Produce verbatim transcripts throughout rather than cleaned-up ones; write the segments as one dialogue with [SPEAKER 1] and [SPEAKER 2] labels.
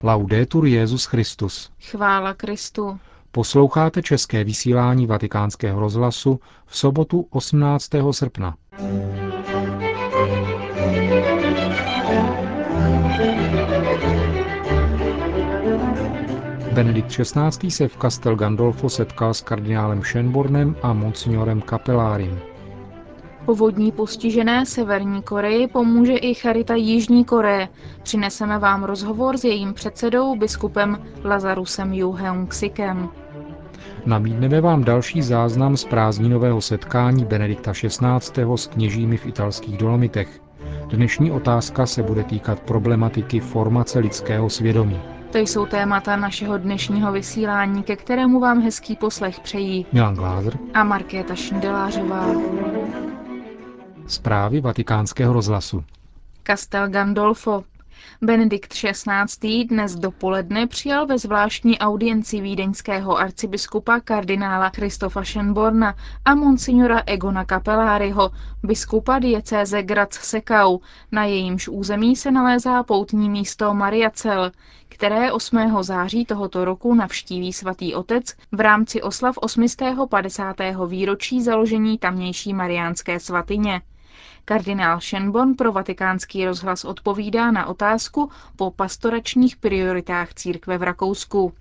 [SPEAKER 1] Laudetur Jesus Christus.
[SPEAKER 2] Chvála Kristu.
[SPEAKER 1] Posloucháte české vysílání Vatikánského rozhlasu v sobotu osmnáctého srpna. Benedikt šestnáctý se v Castel Gandolfo setkal s kardinálem Schönbornem a monsignorem Capellárim.
[SPEAKER 2] Povodní postižené Severní Koreji pomůže i Charita Jižní Koreje. Přineseme vám rozhovor s jejím předsedou, biskupem Lazarusem Yu Heung-sikem.
[SPEAKER 1] Nabídneme vám další záznam z prázdninového setkání Benedikta šestnáctého s kněžími v italských Dolomitech. Dnešní otázka se bude týkat problematiky formace lidského svědomí.
[SPEAKER 2] To jsou témata našeho dnešního vysílání, ke kterému vám hezký poslech přejí
[SPEAKER 1] Milan Glázer
[SPEAKER 2] a Markéta Šindelářová.
[SPEAKER 1] Zprávy Vatikánského rozhlasu.
[SPEAKER 2] Castel Gandolfo. Benedikt šestnáctý dnes dopoledne přijal ve zvláštní audienci vídeňského arcibiskupa kardinála Christofa Schönborna a monsignora Egona Capelláriho, biskupa diecéze Graz-Sekau, na jejímž území se nalézá poutní místo Mariacel, které osmého září tohoto roku navštíví svatý otec v rámci oslav osmistého padesátého výročí založení tamnější mariánské svatyně. Kardinál Schönborn pro Vatikánský rozhlas odpovídá na otázku po pastoračních prioritách církve v Rakousku.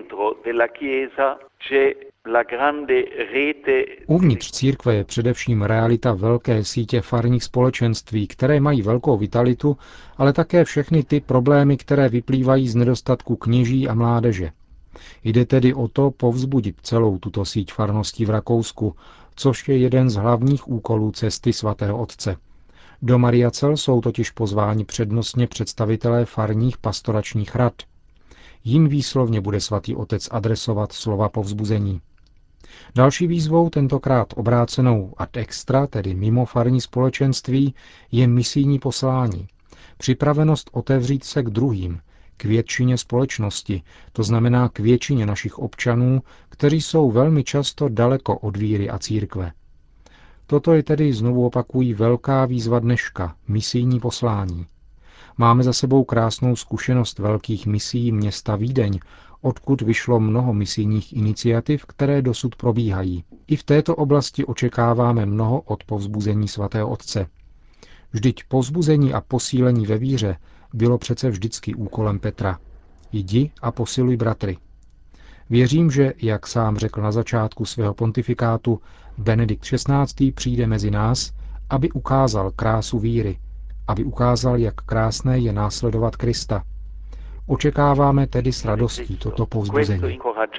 [SPEAKER 1] Uvnitř církve je především realita velké sítě farních společenství, které mají velkou vitalitu, ale také všechny ty problémy, které vyplývají z nedostatku kněží a mládeže. Jde tedy o to povzbudit celou tuto síť farností v Rakousku, což je jeden z hlavních úkolů cesty svatého otce. Do Mariacel jsou totiž pozváni přednostně představitelé farních pastoračních rad. Jím výslovně bude svatý otec adresovat slova povzbuzení. Další výzvou, tentokrát obrácenou ad extra, tedy mimo farní společenství, je misijní poslání. Připravenost otevřít se k druhým, k většině společnosti, to znamená k většině našich občanů, kteří jsou velmi často daleko od víry a církve. Toto je tedy, znovu opakují, velká výzva dneška, misijní poslání. Máme za sebou krásnou zkušenost velkých misií města Vídeň, odkud vyšlo mnoho misijních iniciativ, které dosud probíhají. I v této oblasti očekáváme mnoho od povzbuzení svatého otce. Vždyť povzbuzení a posílení ve víře bylo přece vždycky úkolem Petra. Jdi a posiluj bratry. Věřím, že, jak sám řekl na začátku svého pontifikátu, Benedikt šestnáctý přijde mezi nás, aby ukázal krásu víry, aby ukázal, jak krásné je následovat Krista. Očekáváme tedy s radostí toto povzbuzení.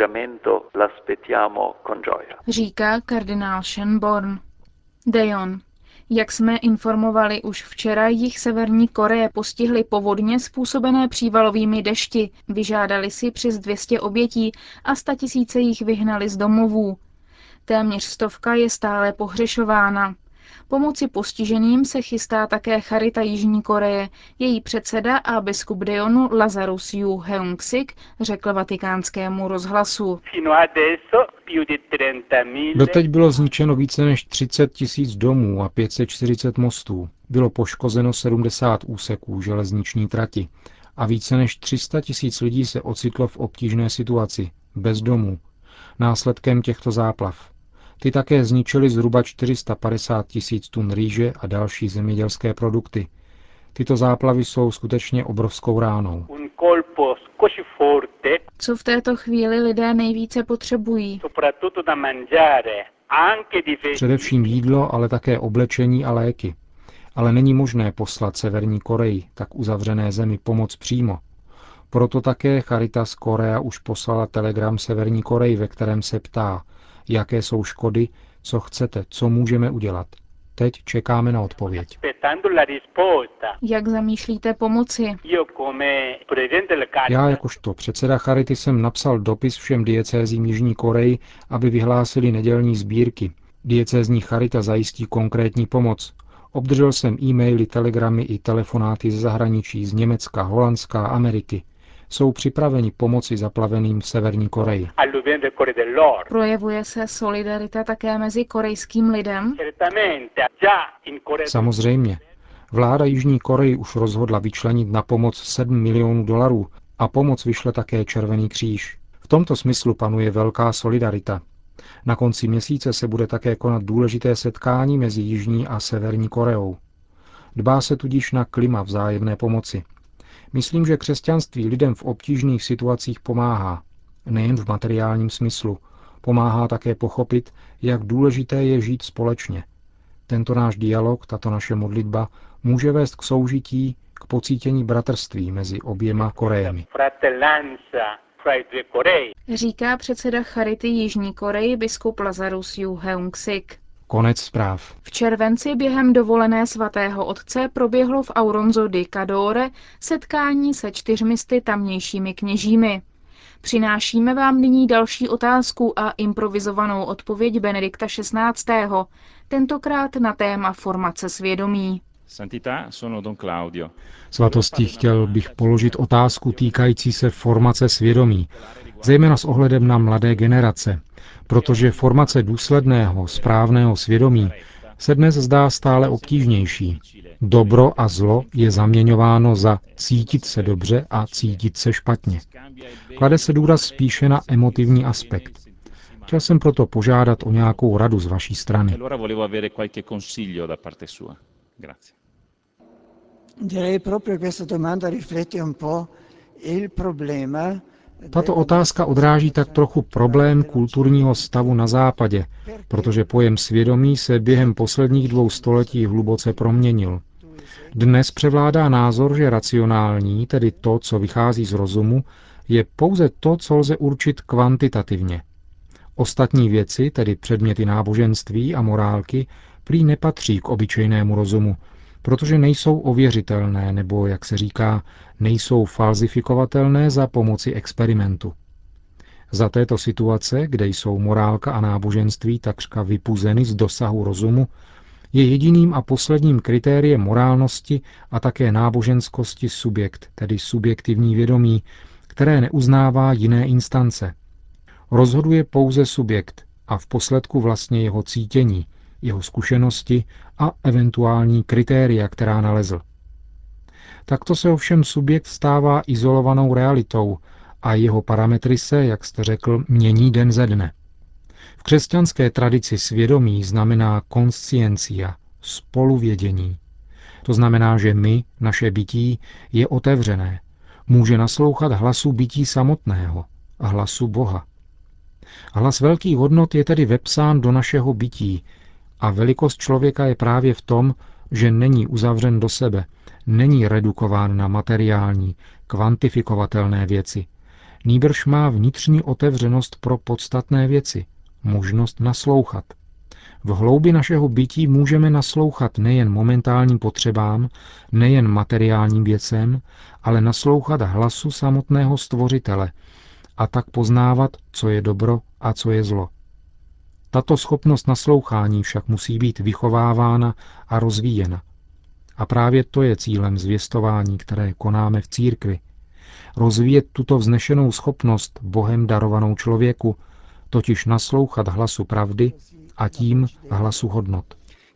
[SPEAKER 2] Říká kardinál Schönborn. Dejon. Jak jsme informovali už včera, jih Severní Koreje postihly povodně způsobené přívalovými dešti, vyžádali si přes dvě stě obětí a statisíce jich vyhnali z domovů. Téměř stovka je stále pohřešována. Pomoci postiženým se chystá také Charita Jižní Koreje. Její předseda a biskup Deonu Lazarus Yu Heung-sik řekl Vatikánskému rozhlasu.
[SPEAKER 1] Doteď bylo zničeno více než třicet tisíc domů a pět set čtyřicet mostů. Bylo poškozeno sedmdesát úseků železniční trati a více než tři sta tisíc lidí se ocitlo v obtížné situaci, bez domů, následkem těchto záplav. Ty také zničily zhruba čtyři sta padesát tisíc tun rýže a další zemědělské produkty. Tyto záplavy jsou skutečně obrovskou ránou.
[SPEAKER 2] Co v této chvíli lidé nejvíce potřebují?
[SPEAKER 1] Především jídlo, ale také oblečení a léky. Ale není možné poslat Severní Koreji, tak uzavřené zemi, pomoc přímo. Proto také Charitas Korea už poslala telegram Severní Koreji, ve kterém se ptá, jaké jsou škody, co chcete, co můžeme udělat. Teď čekáme na odpověď.
[SPEAKER 2] Jak zamýšlíte pomoci?
[SPEAKER 1] Já jakožto předseda Charity jsem napsal dopis všem diecézím Jižní Koreji, aby vyhlásili nedělní sbírky. Diecézní Charita zajistí konkrétní pomoc. Obdržel jsem e-maily, telegramy i telefonáty ze zahraničí, z Německa, Holandska, Ameriky. Jsou připraveni pomoci zaplaveným v Severní Koreji.
[SPEAKER 2] Projevuje se solidarita také mezi korejským lidem?
[SPEAKER 1] Samozřejmě. Vláda Jižní Koreji už rozhodla vyčlenit na pomoc sedm milionů dolarů a pomoc vyšle také Červený kříž. V tomto smyslu panuje velká solidarita. Na konci měsíce se bude také konat důležité setkání mezi Jižní a Severní Koreou. Dbá se tudíž na klima vzájemné pomoci. Myslím, že křesťanství lidem v obtížných situacích pomáhá. Nejen v materiálním smyslu. Pomáhá také pochopit, jak důležité je žít společně. Tento náš dialog, tato naše modlitba může vést k soužití, k pocítění bratrství mezi oběma Korejemi.
[SPEAKER 2] Říká předseda Charity Jižní Koreji biskup Lazarus Ju Heung-sik.
[SPEAKER 1] Konec zpráv.
[SPEAKER 2] V červenci během dovolené svatého otce proběhlo v Auronzo di Cadore setkání se čtyřmisty tamnějšími kněžími. Přinášíme vám nyní další otázku a improvizovanou odpověď Benedikta šestnáctého. Tentokrát na téma formace svědomí.
[SPEAKER 1] Svatosti, chtěl bych položit otázku týkající se formace svědomí, zejména s ohledem na mladé generace, protože formace důsledného, správného svědomí se dnes zdá stále obtížnější. Dobro a zlo je zaměňováno za cítit se dobře a cítit se špatně. Klade se důraz spíše na emotivní aspekt. Chtěl jsem proto požádat o nějakou radu z vaší strany. Tato otázka odráží tak trochu problém kulturního stavu na Západě, protože pojem svědomí se během posledních dvou století hluboce proměnil. Dnes převládá názor, že racionální, tedy to, co vychází z rozumu, je pouze to, co lze určit kvantitativně. Ostatní věci, tedy předměty náboženství a morálky, prý nepatří k obyčejnému rozumu, protože nejsou ověřitelné nebo, jak se říká, nejsou falzifikovatelné za pomoci experimentu. Za této situace, kde jsou morálka a náboženství takřka vypuzeny z dosahu rozumu, je jediným a posledním kritériem morálnosti a také náboženskosti subjekt, tedy subjektivní vědomí, které neuznává jiné instance. Rozhoduje pouze subjekt a v posledku vlastně jeho cítění, jeho zkušenosti a eventuální kritéria, která nalezl. Takto se ovšem subjekt stává izolovanou realitou a jeho parametry se, jak jste řekl, mění den ze dne. V křesťanské tradici svědomí znamená conscientia, spoluvědění. To znamená, že my, naše bytí, je otevřené. Může naslouchat hlasu bytí samotného, hlasu Boha. Hlas velkých hodnot je tedy vepsán do našeho bytí a velikost člověka je právě v tom, že není uzavřen do sebe, není redukován na materiální, kvantifikovatelné věci. Nýbrž má vnitřní otevřenost pro podstatné věci, možnost naslouchat. V hloubi našeho bytí můžeme naslouchat nejen momentálním potřebám, nejen materiálním věcem, ale naslouchat hlasu samotného Stvořitele a tak poznávat, co je dobro a co je zlo. Tato schopnost naslouchání však musí být vychovávána a rozvíjena. A právě to je cílem zvěstování, které konáme v církvi. Rozvíjet tuto vznešenou schopnost Bohem darovanou člověku, totiž naslouchat hlasu pravdy a tím hlasu hodnot.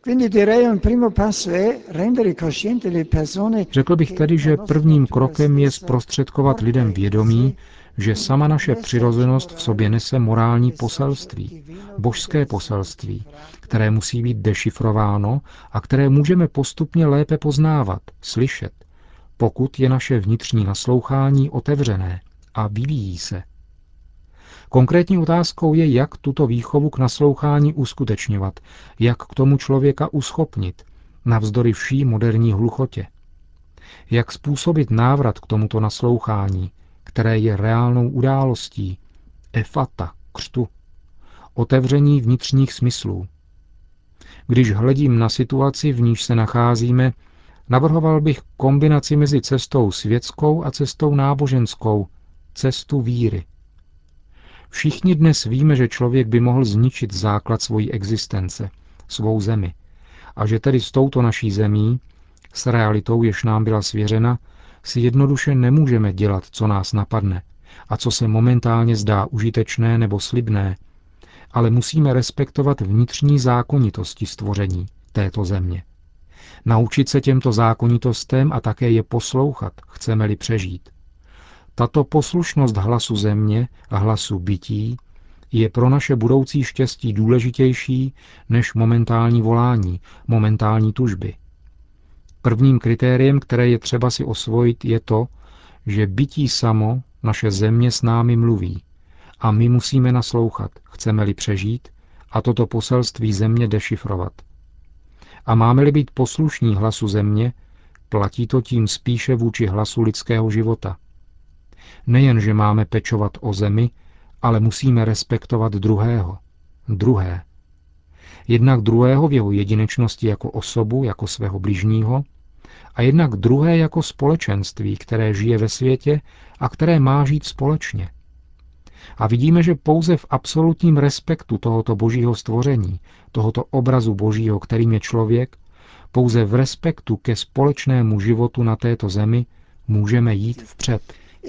[SPEAKER 1] Řekl bych tedy, že prvním krokem je zprostředkovat lidem vědomí, že sama naše přirozenost v sobě nese morální poselství, božské poselství, které musí být dešifrováno a které můžeme postupně lépe poznávat, slyšet, pokud je naše vnitřní naslouchání otevřené a vyvíjí se. Konkrétní otázkou je, jak tuto výchovu k naslouchání uskutečňovat, jak k tomu člověka uschopnit, navzdory vší moderní hluchotě. Jak způsobit návrat k tomuto naslouchání, které je reálnou událostí, efata, křtu, otevření vnitřních smyslů. Když hledím na situaci, v níž se nacházíme, navrhoval bych kombinaci mezi cestou světskou a cestou náboženskou, cestu víry. Všichni dnes víme, že člověk by mohl zničit základ svojí existence, svou zemi, a že tedy s touto naší zemí, s realitou, jež nám byla svěřena, si jednoduše nemůžeme dělat, co nás napadne a co se momentálně zdá užitečné nebo slibné, ale musíme respektovat vnitřní zákonitosti stvoření této země. Naučit se těmto zákonitostem a také je poslouchat, chceme-li přežít. Tato poslušnost hlasu země a hlasu bytí je pro naše budoucí štěstí důležitější než momentální volání, momentální tužby. Prvním kritériem, které je třeba si osvojit, je to, že bytí samo, naše země, s námi mluví a my musíme naslouchat, chceme-li přežít a toto poselství země dešifrovat. A máme-li být poslušní hlasu země, platí to tím spíše vůči hlasu lidského života. Nejen, že máme pečovat o zemi, ale musíme respektovat druhého, druhé. Jednak druhého v jeho jedinečnosti jako osobu, jako svého bližního, a jednak druhé jako společenství, které žije ve světě a které má žít společně. A vidíme, že pouze v absolutním respektu tohoto božího stvoření, tohoto obrazu božího, kterým je člověk, pouze v respektu ke společnému životu na této zemi můžeme jít vpřed.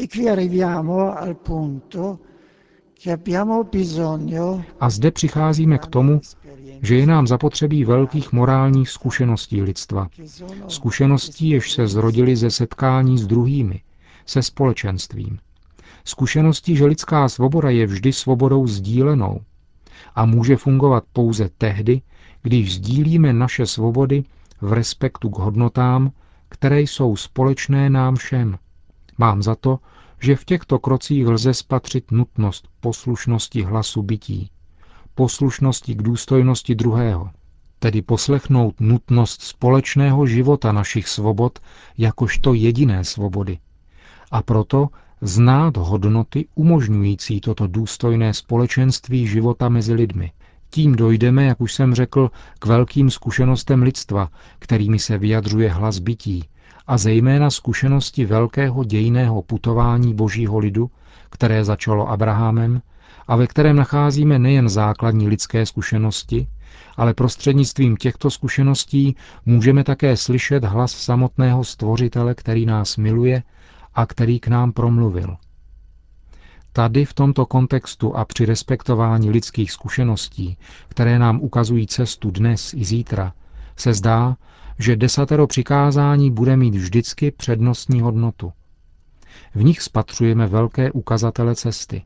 [SPEAKER 1] A zde přicházíme k tomu, že je nám zapotřebí velkých morálních zkušeností lidstva. Zkušeností, jež se zrodily ze setkání s druhými, se společenstvím. Zkušeností, že lidská svoboda je vždy svobodou sdílenou a může fungovat pouze tehdy, když sdílíme naše svobody v respektu k hodnotám, které jsou společné nám všem. Mám za to, že v těchto krocích lze spatřit nutnost poslušnosti hlasu bytí, poslušnosti k důstojnosti druhého, tedy poslechnout nutnost společného života našich svobod jakožto jediné svobody. A proto znát hodnoty umožňující toto důstojné společenství života mezi lidmi. Tím dojdeme, jak už jsem řekl, k velkým zkušenostem lidstva, kterými se vyjadřuje hlas bytí, a zejména zkušenosti velkého dějinného putování božího lidu, které začalo Abrahamem a ve kterém nacházíme nejen základní lidské zkušenosti, ale prostřednictvím těchto zkušeností můžeme také slyšet hlas samotného Stvořitele, který nás miluje a který k nám promluvil. Tady v tomto kontextu a při respektování lidských zkušeností, které nám ukazují cestu dnes i zítra, se zdá, že desatero přikázání bude mít vždycky přednostní hodnotu. V nich spatřujeme velké ukazatele cesty.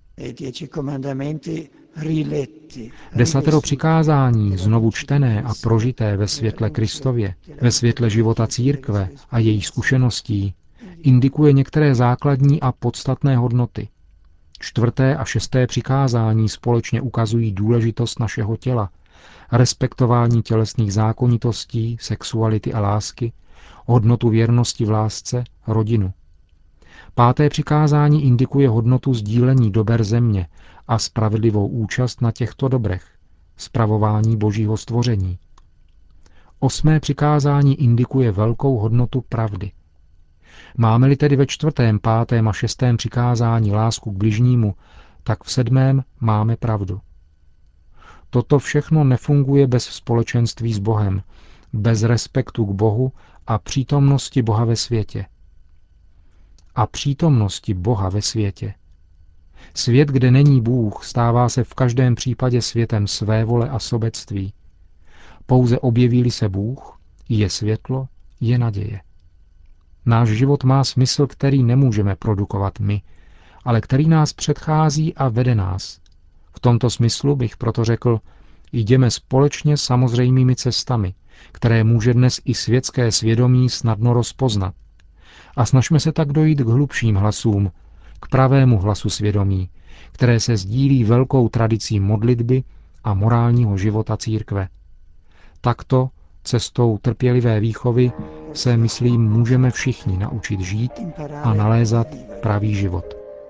[SPEAKER 1] Desatero přikázání, znovu čtené a prožité ve světle Kristově, ve světle života církve a jejich zkušeností, indikuje některé základní a podstatné hodnoty. Čtvrté a šesté přikázání společně ukazují důležitost našeho těla, respektování tělesných zákonitostí, sexuality a lásky, hodnotu věrnosti v lásce, rodinu. Páté přikázání indikuje hodnotu sdílení dober země a spravedlivou účast na těchto dobrech, spravování božího stvoření. Osmé přikázání indikuje velkou hodnotu pravdy. Máme-li tedy ve čtvrtém, pátém a šestém přikázání lásku k bližnímu, tak v sedmém máme pravdu. Toto všechno nefunguje bez společenství s Bohem, bez respektu k Bohu a přítomnosti Boha ve světě. A přítomnosti Boha ve světě. Svět, kde není Bůh, stává se v každém případě světem svévole a sobectví. Pouze objeví-li se Bůh, je světlo, je naděje. Náš život má smysl, který nemůžeme produkovat my, ale který nás předchází a vede nás. V tomto smyslu bych proto řekl, jdeme společně samozřejmými cestami, které může dnes i světské svědomí snadno rozpoznat. A snažme se tak dojít k hlubším hlasům, k pravému hlasu svědomí, které se sdílí velkou tradicí modlitby a morálního života církve. Takto, cestou trpělivé výchovy, se, myslím, můžeme všichni naučit žít a nalézat pravý život.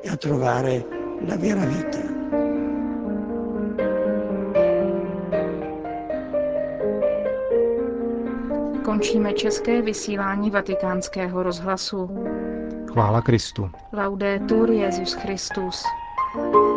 [SPEAKER 2] Končíme české vysílání Vatikánského rozhlasu.
[SPEAKER 1] Chvála Kristu.
[SPEAKER 2] Laudetur Jesus Christus.